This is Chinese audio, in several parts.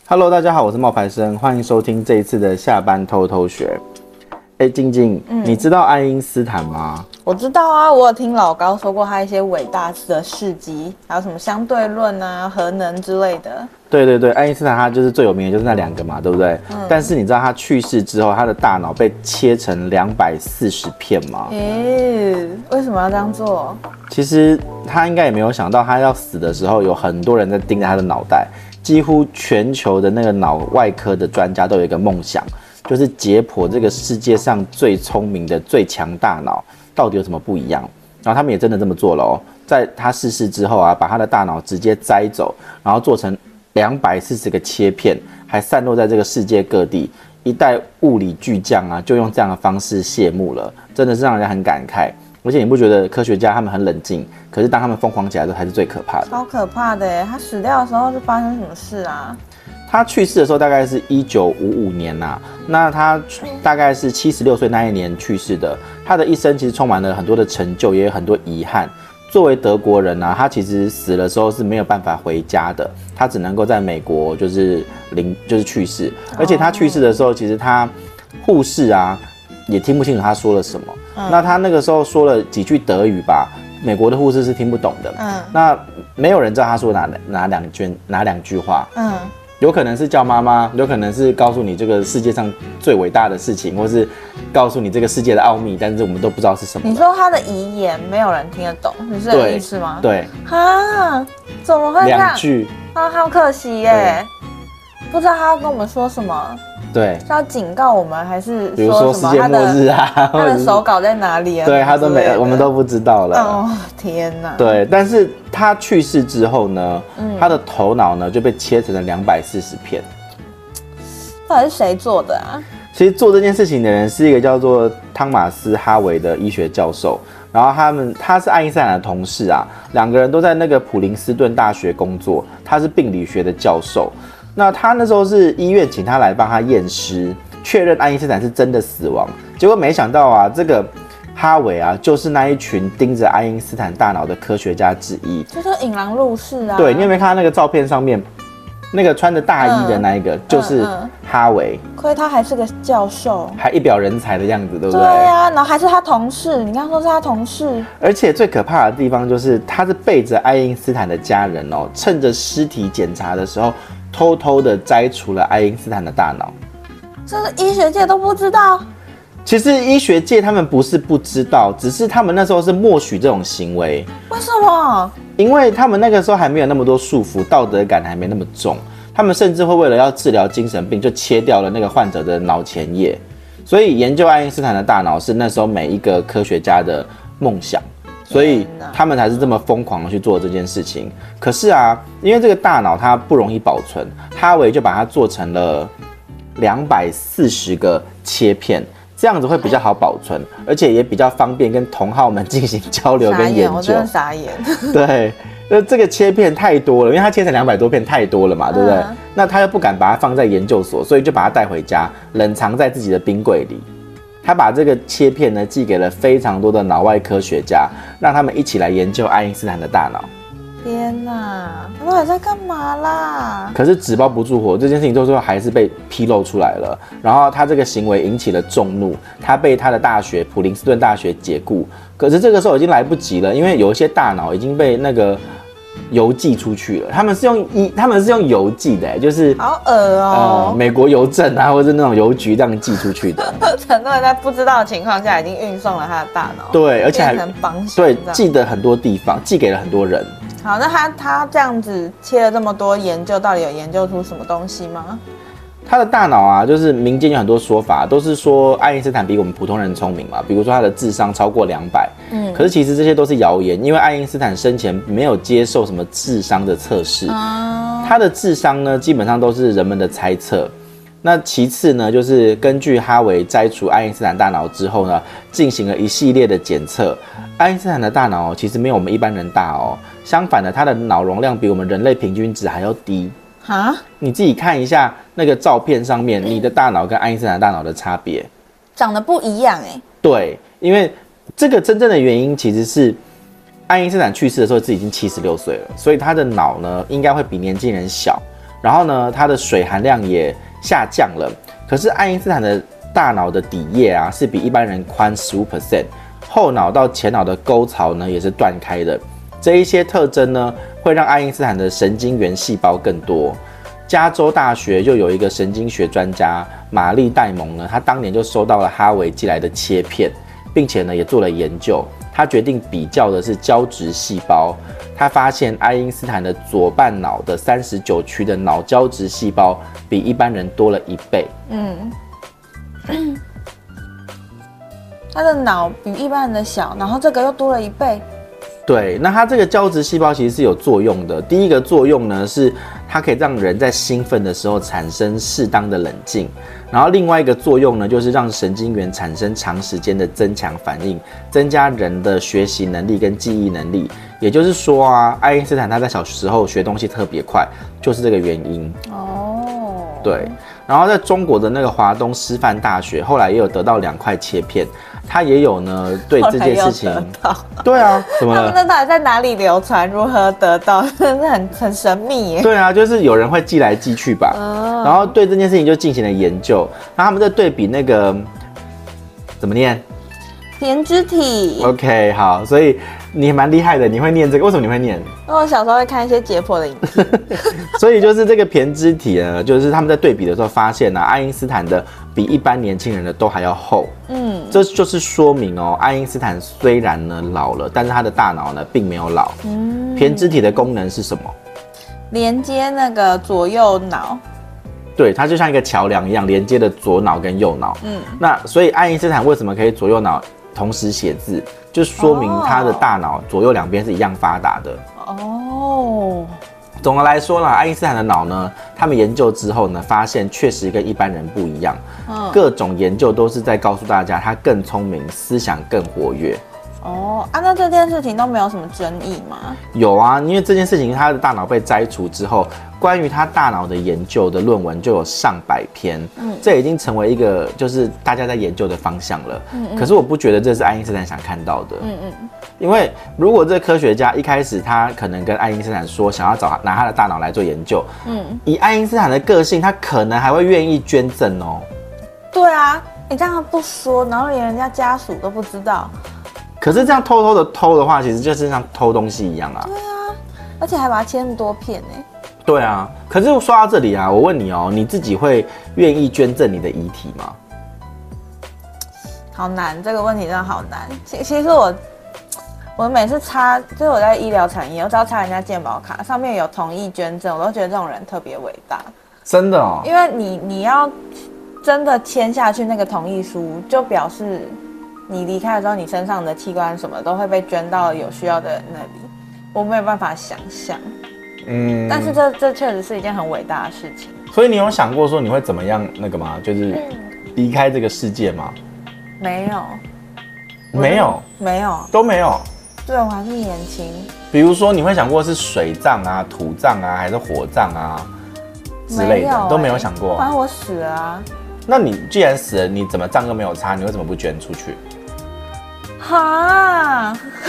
Hello， 大家好，我是冒牌生，欢迎收听这一次的下班偷偷学。静静，你知道爱因斯坦吗？ 我知道啊，我有听老高说过他一些伟大的事迹，还有什么相对论啊、核能之类的。 对，爱因斯坦他就是最有名的就是那两个嘛，对不对？但是你知道他去世之后，他的大脑被切成240片吗？ 为什么要这样做？ 其实他应该也没有想到，他要死的时候，有很多人在盯着他的脑袋。几乎全球的那个脑外科的专家都有一个梦想，就是解剖这个世界上最聪明的、最强大脑到底有什么不一样。然后他们也真的这么做了哦，在他逝世之后啊，把他的大脑直接摘走，然后做成240个切片，还散落在这个世界各地。一代物理巨匠啊，就用这样的方式谢幕了，真的是让人很感慨。而且你不觉得科学家他们很冷静，可是当他们疯狂起来的时候才是最可怕的。 超可怕的耶！他死掉的时候是发生什么事啊？ 他去世的时候大概是1955年呐，那他大概是76岁那一年去世的。他的一生其实充满了很多的成就，也有很多遗憾。作为德国人啊，他其实死的时候是没有办法回家的，他只能够在美国就是去世。而且他去世的时候，其实他护士啊也听不清楚他说了什么。那他那个时候说了几句德语吧，美国的护士是听不懂的。那没有人知道他说哪两句话。有可能是叫妈妈，有可能是告诉你这个世界上最伟大的事情，或是告诉你这个世界的奥秘，但是我们都不知道是什么。 你说他的遗言没有人听得懂，你是这个意思吗？ 对。 哈，怎么会这样 2句啊，好可惜耶！不知道他要跟我们说什么。对，是要警告我们，还是比如说世界末日啊？ 他的手稿在哪里啊？ 对，他都没，我们都不知道了。 哦，天哪！ 对，但是他去世之后呢，他的头脑呢就被切成了240片。 到底是谁做的啊？ 其实做这件事情的人是一个叫做汤马斯·哈维的医学教授，然后他是爱因斯坦的同事啊，两个人都在那个普林斯顿大学工作，他是病理学的教授。那他那时候是医院请他来帮他验尸，确认爱因斯坦是真的死亡。结果没想到啊，这个哈维啊，就是那一群盯着爱因斯坦大脑的科学家之一， 就是引狼入室啊。 对，你有没有看到那个照片上面，那个穿着大衣的那一个，就是哈维。 亏他还是个教授， 还一表人才的样子，对不对？ 对啊，然后还是他同事，你刚刚说是他同事。 而且最可怕的地方就是，他是背着爱因斯坦的家人哦，趁着尸体检查的时候，偷偷的摘除了爱因斯坦的大脑。 这个医学界都不知道。 其实医学界他们不是不知道，只是他们那时候是默许这种行为。 为什么？因为他们那个时候还没有那么多束缚，道德感还没那么重。他们甚至会为了要治疗精神病，就切掉了那个患者的脑前叶。所以研究爱因斯坦的大脑是那时候每一个科学家的梦想。所以他们才是这么疯狂的去做这件事情。可是啊，因为这个大脑它不容易保存，哈维就把它做成了240个切片，这样子会比较好保存，而且也比较方便跟同好们进行交流跟研究。 我真的傻眼。 对，这个切片太多了，因为它切成200多片太多了嘛，对不对？那他又不敢把它放在研究所，所以就把它带回家，冷藏在自己的冰柜里。他把这个切片呢寄给了非常多的脑外科学家，让他们一起来研究爱因斯坦的大脑。 天哪，他到底在干嘛啦？ 可是纸包不住火，这件事情最后还是被披露出来了。然后他这个行为引起了众怒，他被他的大学普林斯顿大学解雇。可是这个时候已经来不及了，因为有一些大脑已经被那个邮寄出去了。他们是用邮寄的，就是好恶哦， 美国邮政啊，或者是那种邮局这样寄出去的。 很多人在不知道的情况下已经运送了他的大脑， 对，而且还变成方向， 对，寄的很多地方，寄给了很多人。 好，那他这样子切了这么多研究，到底有研究出什么东西吗？ 他的大脑啊，就是民间有很多说法，都是说爱因斯坦比我们普通人聪明嘛，比如说他的智商超过200。可是其实这些都是谣言，因为爱因斯坦生前没有接受什么智商的测试，他的智商呢基本上都是人们的猜测。那其次呢，就是根据哈维摘除爱因斯坦大脑之后呢，进行了一系列的检测。爱因斯坦的大脑其实没有我们一般人大哦，相反的，他的脑容量比我们人类平均值还要低。 哈， 你自己看一下那个照片上面，你的大脑跟爱因斯坦大脑的差别， 长得不一样哎。 对，因为这个真正的原因其实是爱因斯坦去世的时候是已经76岁了，所以他的脑呢应该会比年轻人小。 然后呢，它的水含量也下降了。可是爱因斯坦的大脑的底叶啊，是比一般人宽15%，后脑到前脑的沟槽呢也是断开的。这一些特征呢，会让爱因斯坦的神经元细胞更多。加州大学就有一个神经学专家玛丽戴蒙呢，他当年就收到了哈维寄来的切片，并且呢也做了研究。他决定比较的是胶质细胞，他发现爱因斯坦的左半脑的39区的脑胶质细胞比一般人多了1倍。 他的脑比一般人的小，然后这个又多了1倍。 对，那它这个胶质细胞其实是有作用的。第一个作用呢，是它可以让人在兴奋的时候产生适当的冷静，然后另外一个作用呢，就是让神经元产生长时间的增强反应，增加人的学习能力跟记忆能力。也就是说啊，爱因斯坦他在小时候学东西特别快，就是这个原因。对。然后在中国的那个华东师范大学，后来也有得到2块切片，他也有呢对这件事情，对啊，怎么了？ 他们那到底在哪里流传？如何得到？真的很神秘耶。 对啊，就是有人会寄来寄去吧，然后对这件事情就进行了研究。那他们在对比那个怎么念？ 胼胝体。 OK， 好，所以你蛮厉害的，你会念这个？为什么你会念？ 因为我小时候会看一些解剖的影片。 所以就是这个胼胝体呢，就是他们在对比的时候发现爱因斯坦的比一般年轻人的都还要厚。这就是说明爱因斯坦虽然呢老了，但是他的大脑呢并没有老。胼胝体的功能是什么？ 连接那个左右脑。 对，它就像一个桥梁一样，连接的左脑跟右脑。那所以爱因斯坦为什么可以左右脑同时写字，就说明他的大脑左右两边是一样发达的。总的来说啦，爱因斯坦的脑呢，他们研究之后呢，发现确实跟一般人不一样。各种研究都是在告诉大家，他更聪明，思想更活跃。 那这件事情都没有什么争议吗？ 有啊，因为这件事情他的大脑被摘除之后，关于他大脑的研究的论文就有上百篇。这已经成为一个就是大家在研究的方向了。可是我不觉得这是爱因斯坦想看到的。因为如果这科学家一开始他可能跟爱因斯坦说想要拿他的大脑来做研究，以爱因斯坦的个性，他可能还会愿意捐赠哦。 对啊，你这样不说，然后连人家家属都不知道。 可是这样偷偷的偷的话，其实就是像偷东西一样啊。 对啊，而且还把它切那么多片呢。 对啊，可是说到这里啊，我问你你自己会愿意捐赠你的遗体吗？ 好难，这个问题真的好难。其实我每次就是我在医疗产业，我只要插人家健保卡，上面有同意捐赠，我都觉得这种人特别伟大。 真的哦， 因为你要真的签下去那个同意书，就表示你离开的时候，你身上的器官什么都会被捐到有需要的人那里。我没有办法想象。但是这确实是一件很伟大的事情。 所以你有想过说你会怎么样那个吗？就是离开这个世界吗？ 没有，没有， 都没有。 对，我还是年轻。 比如说，你会想过是水葬啊、土葬啊，还是火葬啊之类的，都没有想过。 反正我死了啊。 那你既然死了，你怎么葬都没有差，你为什么不捐出去？ 哈，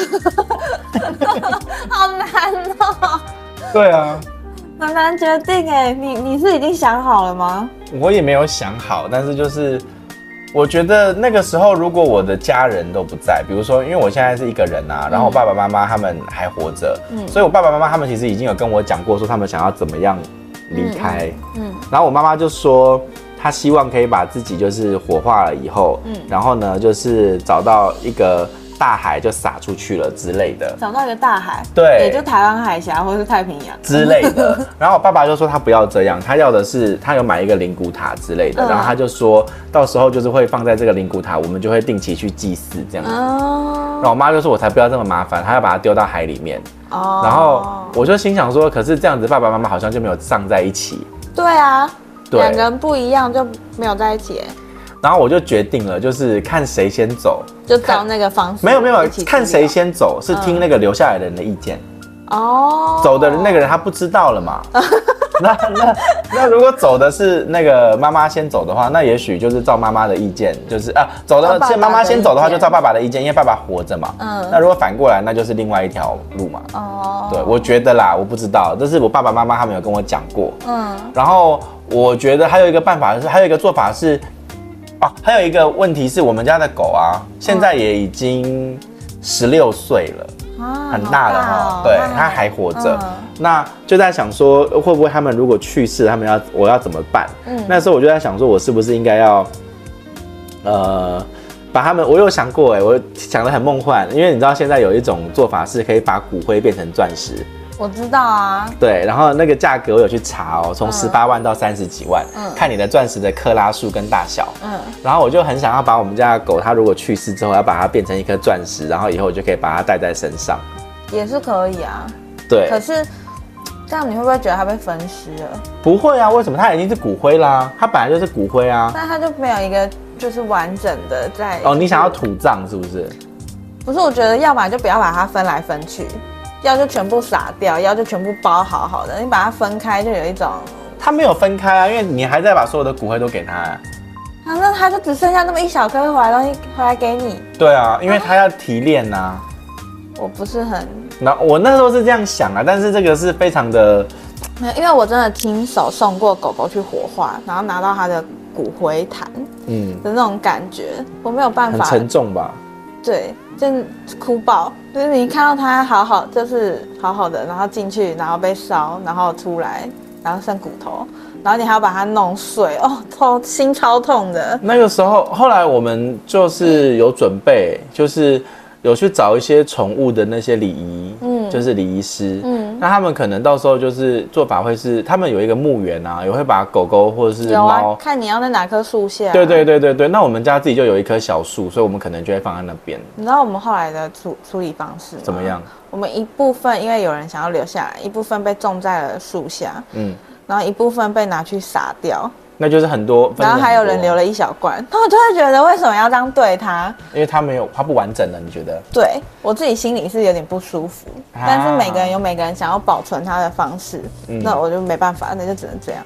好难哦。 对啊， 很难决定哎。你是已经想好了吗？ 我也没有想好，但是就是我觉得那个时候，如果我的家人都不在，比如说，因为我现在是一个人啊，然后我爸爸妈妈他们还活着，所以我爸爸妈妈他们其实已经有跟我讲过，说他们想要怎么样离开。然后我妈妈就说，她希望可以把自己就是火化了以后，然后呢，就是找到一个大海就撒出去了之类的， 找到一个大海， 对， 也就台湾海峡或是太平洋之类的。然后我爸爸就说他不要这样，他要的是他有买一个灵骨塔之类的，然后他就说到时候就是会放在这个灵骨塔，我们就会定期去祭祀这样子。然后我妈就说我才不要这么麻烦，她要把它丢到海里面。然后我就心想说，可是这样子爸爸妈妈好像就没有葬在一起。 对啊， 对， 两个人不一样就没有在一起。 然后我就决定了，就是看谁先走， 就照那个方式。 没有，看谁先走是听那个留下来的人的意见。 走的那个人他不知道了嘛， 那如果走的是那个妈妈先走的话，那也许就是照妈妈的意见，就是走的妈妈先走的话，就照爸爸的意见，因为爸爸活着嘛。那如果反过来，那就是另外一条路嘛。对，我觉得啦，我不知道，这是我爸爸妈妈他们有跟我讲过。然后我觉得还有一个办法是，还有一个做法是，还有一个问题是我们家的狗啊，现在也已经16岁了。很大的哈，对，他还活着，那就在想说，会不会他们如果去世，我要怎么办？那时候我就在想说，我是不是应该要，把他们，我有想过，我想得很梦幻，因为你知道现在有一种做法是可以把骨灰变成钻石。 我知道啊， 对，然后那个价格我有去查哦，从18万到30几万，看你的钻石的克拉数跟大小，然后我就很想要把我们家的狗，它如果去世之后，要把它变成一颗钻石，然后以后我就可以把它戴在身上， 也是可以啊。 对， 可是这样你会不会觉得它被分尸了？ 不会啊，为什么？它已经是骨灰啦，它本来就是骨灰啊。 那它就没有一个就是完整的在。 你想要土葬是不是？ 不是，我觉得要么就不要把它分来分去。要就全部撒掉，要就全部包好好的。你把它分开，就有一种它没有分开啊，因为你还在把所有的骨灰都给他啊。 那它就只剩下那么一小颗回来给你。 对啊，因为它要提炼啊。 我不是很， 我那时候是这样想啊，但是这个是非常的， 因为我真的亲手送过狗狗去火化，然后拿到它的骨灰坛，的那种感觉，我没有办法。 很沉重吧？ 对，就是哭爆，就是你看到它就是好好的，然后进去，然后被烧，然后出来，然后剩骨头，然后你还要把它弄碎，心超痛的。 那个时候，后来我们就是有准备，就是有去找一些宠物的那些礼仪，就是礼仪师，那他们可能到时候就是做法会是，他们有一个墓园啊，也会把狗狗或者是猫， 看你要在哪棵树下。 对，那我们家自己就有一棵小树，所以我们可能就会放在那边。 你知道我们后来的处理方式吗？ 怎么样？ 我们一部分因为有人想要留下来，一部分被种在了树下，然后一部分被拿去撒掉。 那就是很多， 然后还有人留了一小罐，那我就会觉得为什么要这样对它？ 因为它不完整了，你觉得？ 对，我自己心里是有点不舒服，但是每个人有每个人想要保存它的方式，那我就没办法，那就只能这样。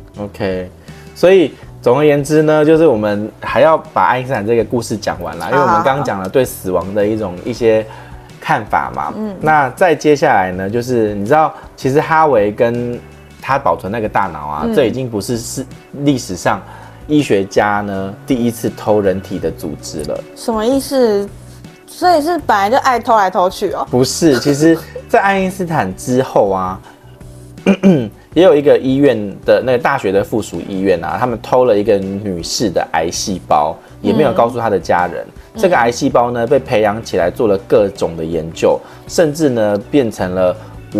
OK， 所以总而言之呢，就是我们还要把爱因斯坦这个故事讲完啦，因为我们刚刚讲了对死亡的一些看法嘛，那再接下来呢，就是你知道，其实哈维跟他保存那个大脑啊，这已经不是历史上医学家呢第一次偷人体的组织了。 什么意思？所以是本来就爱偷来偷去哦？ 不是，其实，在爱因斯坦之后啊，也有一个医院的那个大学的附属医院啊，他们偷了一个女士的癌细胞，也没有告诉她的家人。这个癌细胞呢被培养起来，做了各种的研究，甚至呢变成了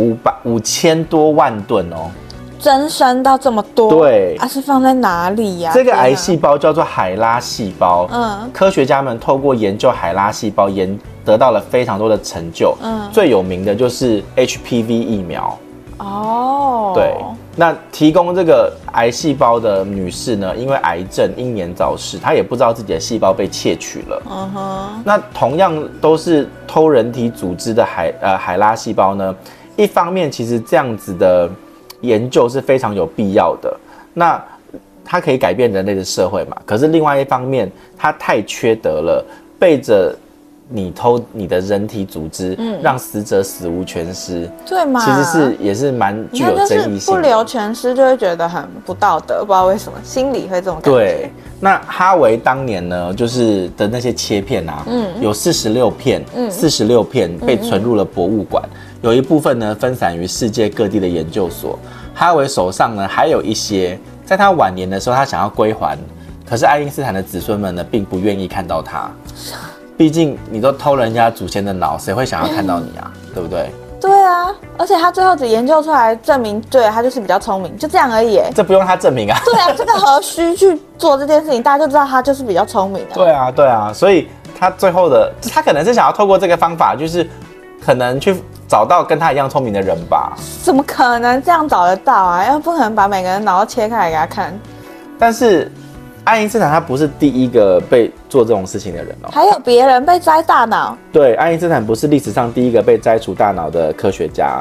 5000多万吨哦。 增生到这么多， 对， 是放在哪里呀？ 这个癌细胞叫做海拉细胞，科学家们透过研究海拉细胞，得到了非常多的成就，最有名的就是 HPV 疫苗。对，那提供这个癌细胞的女士呢，因为癌症英年早逝，她也不知道自己的细胞被窃取了。那同样都是偷人体组织的海拉细胞呢，一方面其实这样子的研究是非常有必要的，那它可以改变人类的社会嘛？可是另外一方面，它太缺德了，背着你偷你的人体组织，让死者死无全尸， 对吗？ 其实也是蛮具有争议性的。 不留全尸就会觉得很不道德，不知道为什么心里会这种感觉。 对，那哈维当年呢，就是的那些切片啊，有46片被存入了博物馆。有一部分呢分散于世界各地的研究所，哈维手上呢还有一些，在他晚年的时候他想要归还，可是爱因斯坦的子孙们呢并不愿意看到他，毕竟你都偷人家祖先的脑，谁会想要看到你啊？对不对？ 对啊，而且他最后只研究出来证明，对他就是比较聪明，就这样而已。 这不用他证明啊。 对啊，这个何须去做这件事情？大家就知道他就是比较聪明啊。 对啊，所以他最后他可能是想要透过这个方法，就是可能去找到跟他一样聪明的人吧？ 怎么可能这样找得到啊？要不可能把每个人脑都切开来给他看。 但是爱因斯坦他不是第一个被做这种事情的人哦， 还有别人被摘大脑。 对，爱因斯坦不是历史上第一个被摘除大脑的科学家。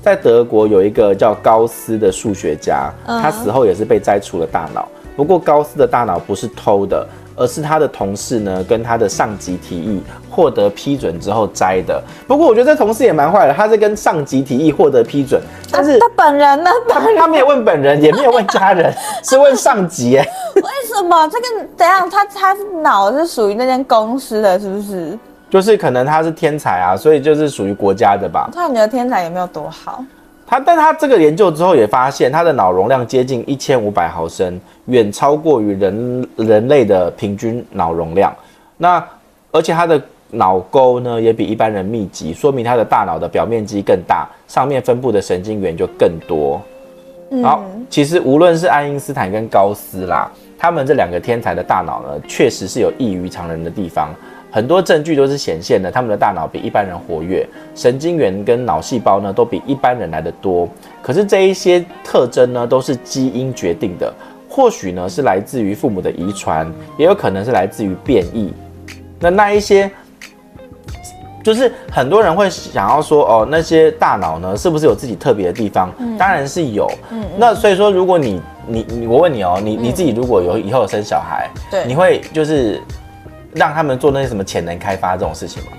在德国有一个叫高斯的数学家，他死后也是被摘除了大脑。不过高斯的大脑不是偷的，而是他的同事呢跟他的上级提议获得批准之后摘的。不过我觉得这同事也蛮坏的，他是跟上级提议获得批准，但是他本人呢？ 他没有问本人，也没有问家人，是问上级耶。 为什么这个怎样？他脑是属于那间公司的，是不是？ 就是可能他是天才啊，所以就是属于国家的吧。 突然觉得天才也没有多好。 但他这个研究之后也发现，他的脑容量接近1500毫升，远超过于人类的平均脑容量。那而且他的脑沟呢也比一般人密集，说明他的大脑的表面积更大，上面分布的神经元就更多。然后其实无论是爱因斯坦跟高斯啦，他们这两个天才的大脑呢，确实是有异于常人的地方。很多证据都是显现了他们的大脑比一般人活跃，神经元跟脑细胞呢都比一般人来得多。可是这一些特征呢都是基因决定的，或许呢是来自于父母的遗传，也有可能是来自于变异。那一些就是很多人会想要说哦，那些大脑呢是不是有自己特别的地方？当然是有。那所以说，如果我问你哦，你自己如果以后有生小孩， 对， 你会就是让他们做那些什么潜能开发这种事情吗？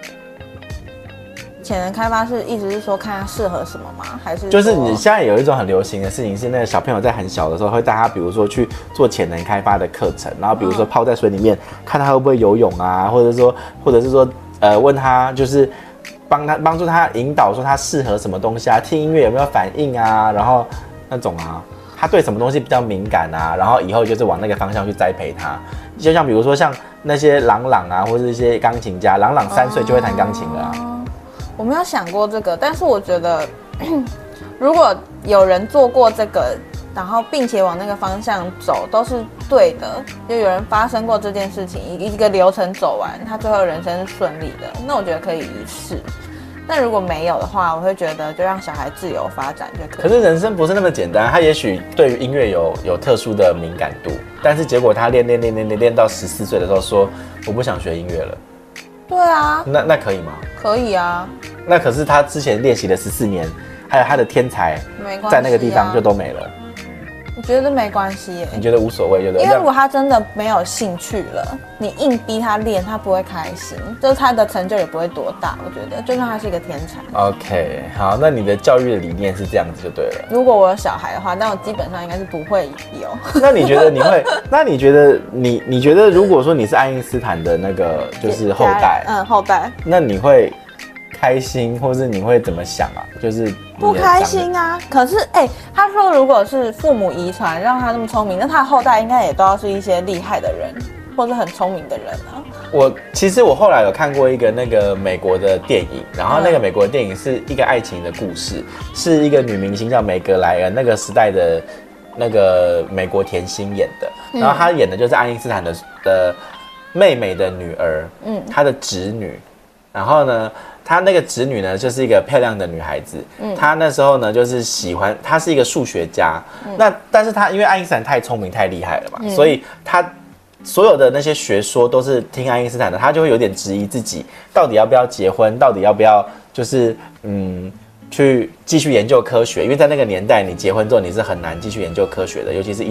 潜能开发是意思是说看他适合什么吗？还是就是你现在有一种很流行的事情是，那个小朋友在很小的时候会带他，比如说去做潜能开发的课程，然后比如说泡在水里面，看他会不会游泳啊，或者是说问他就是帮助他引导说他适合什么东西啊，听音乐有没有反应啊，然后那种啊，他对什么东西比较敏感啊，然后以后就是往那个方向去栽培他。就像比如说像那些朗啊，或者一些钢琴家，朗3岁就会弹钢琴了啊。 我没有想过这个，但是我觉得如果有人做过这个，然后并且往那个方向走，都是对的，就有人发生过这件事情，一个流程走完，他最后人生是顺利的，那我觉得可以一试。但如果没有的话，我会觉得就让小孩自由发展就可以。 可是人生不是那么简单，他也许对于音乐有特殊的敏感度，但是结果他练到14岁的时候说我不想学音乐了。 对啊， 那可以吗？ 可以啊。 那可是他之前练习了14年，还有他的天才，在那个地方就都没了。 我觉得没关系耶。 你觉得无所谓，对不对？ 因为如果他真的没有兴趣了，你硬逼他练，他不会开心，就是他的成就也不会多大。我觉得，就算他是一个天才。 OK， 好，那你的教育的理念是这样子就对了。 如果我有小孩的话，但我基本上应该是不会有。 那你觉得你会？那你觉得你觉得，如果说你是爱因斯坦的那个就是后代， 后代， 那你会开心，或是你会怎么想啊？就是不开心啊。可是他说如果是父母遗传让他那么聪明，那他的后代应该也都要是一些厉害的人，或是很聪明的人啊。 其实我后来有看过一个那个美国的电影，然后那个美国的电影是一个爱情的故事，是一个女明星叫梅格莱恩，那个时代的那个美国甜心演的，然后她演的就是爱因斯坦的妹妹的女儿，她的侄女，然后呢，她那个侄女呢就是一个漂亮的女孩子，她那时候呢就是喜欢，她是一个数学家，但是她因为爱因斯坦太聪明太厉害了嘛，所以她所有的那些学说都是听爱因斯坦的，她就会有点质疑自己到底要不要结婚，到底要不要就是去继续研究科学，因为在那个年代，你结婚之后你是很难继续研究科学的，尤其是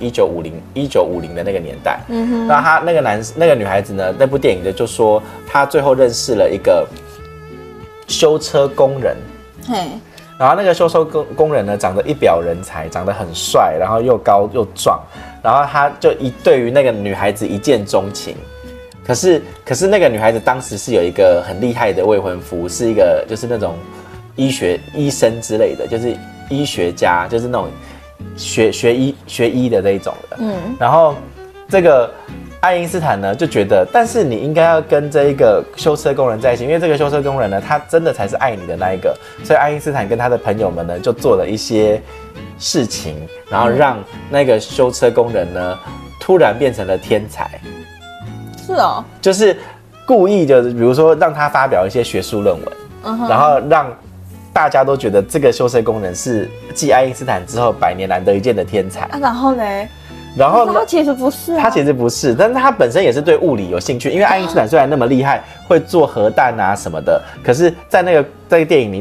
1950的那个年代。那她那个女孩子呢，那部电影的就说她最后认识了一个修车工人，然后那个修车工人呢，长得一表人才，长得很帅，然后又高又壮，然后他就对于那个女孩子一见钟情。可是那个女孩子当时是有一个很厉害的未婚夫，是一个就是那种医生之类的，就是医学家，就是那种学医的那一种的。然后这个爱因斯坦呢就觉得，但是你应该要跟这一个修车工人在一起，因为这个修车工人呢，他真的才是爱你的那一个。所以爱因斯坦跟他的朋友们呢，就做了一些事情，然后让那个修车工人呢，突然变成了天才。 是哦， 就是故意的，比如说让他发表一些学术论文，然后让大家都觉得这个修车工人是继爱因斯坦之后100年难得一见的天才。 然后呢？ 然后呢？ 他其实不是他其实不是，但是他本身也是对物理有兴趣，因为爱因斯坦虽然那么厉害，会做核弹啊什么的，可是在那个电影里面，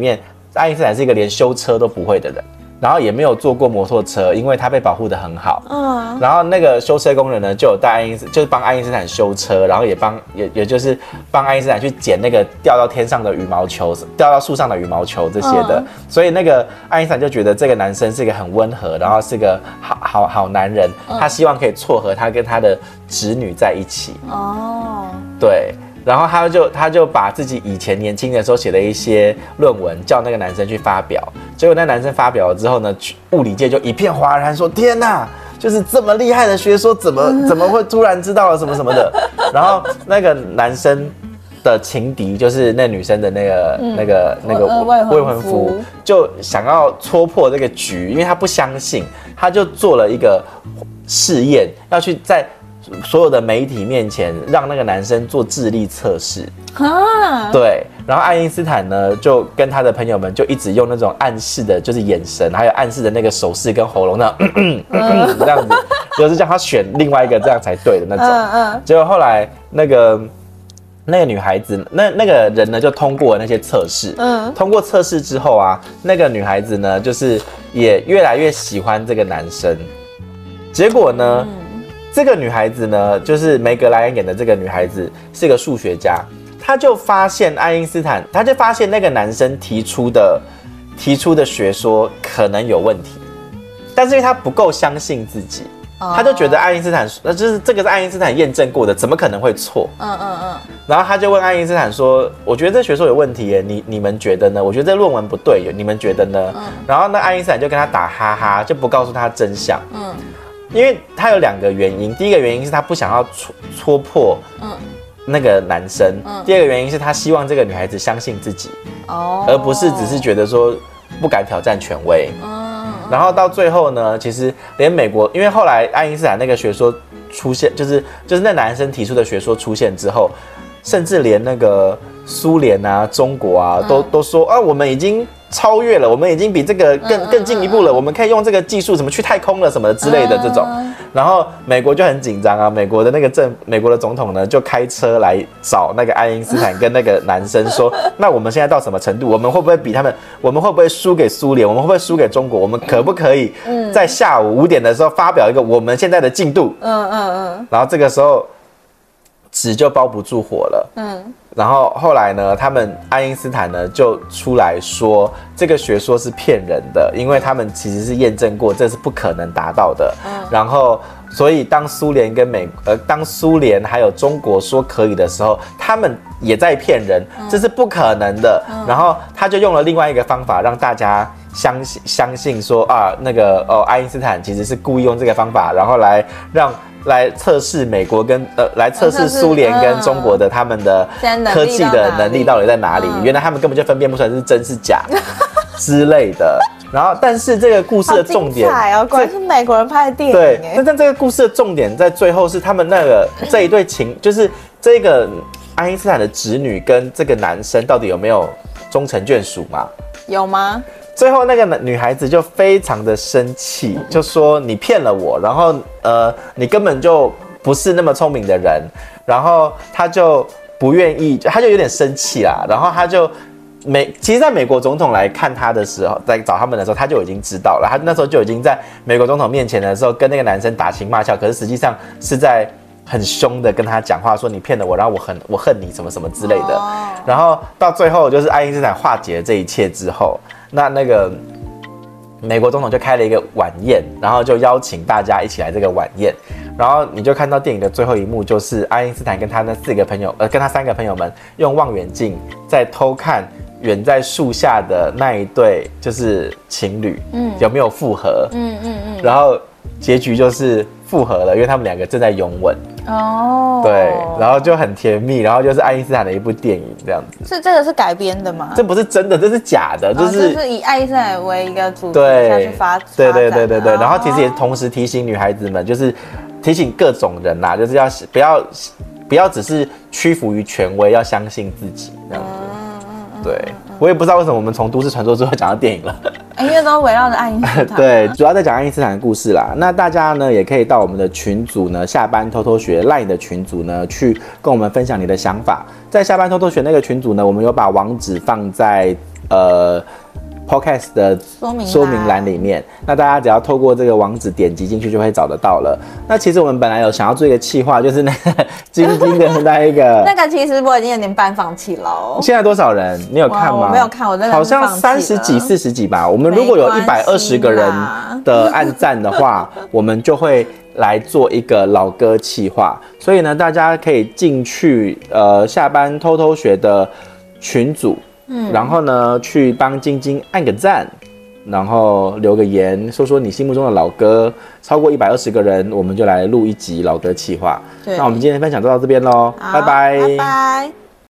爱因斯坦是一个连修车都不会的人。然后也没有坐过摩托车，因为他被保护得很好。然后那个修车工人呢，就有带就是帮爱因斯坦修车，然后也就是帮爱因斯坦去捡那个掉到天上的羽毛球，掉到树上的羽毛球这些的。所以那个爱因斯坦就觉得这个男生是一个很温和，然后是个好男人，他希望可以撮合他跟他的侄女在一起。对。然后他就把自己以前年轻的时候写的一些论文叫那个男生去发表，结果那男生发表了之后呢，物理界就一片哗然，说天哪，就是这么厉害的学说，怎么会突然知道了什么什么的？然后那个男生的情敌就是那女生的那个未婚夫，就想要戳破这个局，因为他不相信，他就做了一个试验，要去在所有的媒体面前让那个男生做智力测试。对，然后爱因斯坦呢就跟他的朋友们就一直用那种暗示的，就是眼神，还有暗示的那个手势跟喉咙那这样子，就是叫他选另外一个这样才对的那种。结果后来那个女孩子，那个人呢就通过那些测试。通过测试之后啊，那个女孩子呢就是也越来越喜欢这个男生。结果呢？这个女孩子呢，就是梅格莱恩演的这个女孩子是个数学家，她就发现爱因斯坦，她就发现那个男生提出的学说可能有问题，但是因为她不够相信自己，她就觉得爱因斯坦，就是这个是爱因斯坦验证过的，怎么可能会错？然后她就问爱因斯坦说：“我觉得这学说有问题耶，你们觉得呢？我觉得这论文不对，你们觉得呢？”然后那爱因斯坦就跟他打哈哈，就不告诉他真相。因为他有2个原因，第一个原因是他不想要戳破那个男生，第二个原因是他希望这个女孩子相信自己，而不是只是觉得说不敢挑战权威。然后到最后呢，其实连美国，因为后来爱因斯坦那个学说出现，就是那男生提出的学说出现之后，甚至连那个苏联啊、中国啊都说啊，我们已经超越了，我们已经比这个更进一步了，我们可以用这个技术，什么去太空了什么之类的这种。然后美国就很紧张啊，美国的总统呢就开车来找那个爱因斯坦跟那个男生说，那我们现在到什么程度？我们会不会比他们？我们会不会输给苏联？我们会不会输给中国？我们可不可以在下午5点的时候发表一个我们现在的进度？然后这个时候纸就包不住火了。然后后来呢，爱因斯坦呢就出来说这个学说是骗人的，因为他们其实是验证过这是不可能达到的。然后所以当苏联还有中国说可以的时候，他们也在骗人，这是不可能的。然后他就用了另外一个方法让大家相信说啊，爱因斯坦其实是故意用这个方法，然后来测试美国跟来测试苏联跟中国的他们的科技的能力到底在哪里？原来他们根本就分辨不出来是真是假之类的。然后，但是这个故事的重点， 果然是美国人拍的电影。 对，但这个故事的重点在最后是他们这一对就是这个爱因斯坦的侄女跟这个男生到底有没有终成眷属嘛？ 有吗？ 最后那个女孩子就非常的生气，就说你骗了我，然后你根本就不是那么聪明的人，然后她就不愿意，她就有点生气啦，然后她就其实在美国总统来看她的时候，在找他们的时候，她就已经知道了，她那时候就已经在美国总统面前的时候跟那个男生打情骂俏，可是实际上是在很凶的跟他讲话，说你骗了我，然后我恨你什么什么之类的。然后到最后就是爱因斯坦化解了这一切之后，那个美国总统就开了一个晚宴，然后就邀请大家一起来这个晚宴。然后你就看到电影的最后一幕，就是爱因斯坦跟他那3个朋友们用望远镜在偷看远在树下的那一对就是情侣，有没有复合？然后结局就是复合了，因为他们2个正在拥吻。对，然后就很甜蜜，然后就是爱因斯坦的一部电影这样子。这个是改编的吗？ 这不是真的，这是假的，就是以爱因斯坦为一个主题下去发展。 对。然后其实也同时提醒女孩子们，就是提醒各种人啦，就是要不要只是屈服于权威，要相信自己这样子。对，我也不知道为什么我们从都市传说之后讲到电影了， 因为都围绕着爱因斯坦。 对，主要在讲爱因斯坦的故事啦。那大家呢也可以到我们的群组呢，下班偷偷学 LINE 的群组呢，去跟我们分享你的想法。在下班偷偷学那个群组呢，我们有把网址放在 podcast 的说明栏里面，那大家只要透过这个网址点击进去就会找得到了。那其实我们本来有想要做一个企划，就是那个晶晶的那一个， 那个其实我已经有点半放弃了哦。 现在多少人？你有看吗？ 我没有看，我真的好像30几、40几吧。我们如果有120个人的按赞的话，我们就会来做一个老歌企划。所以呢，大家可以进去下班偷偷学的群组。然后呢，去帮晶晶按个赞，然后留个言，说说你心目中的老歌。超过120个人，我们就来录一集老歌企划。那我们今天的分享就到这边喽，拜拜。 拜拜。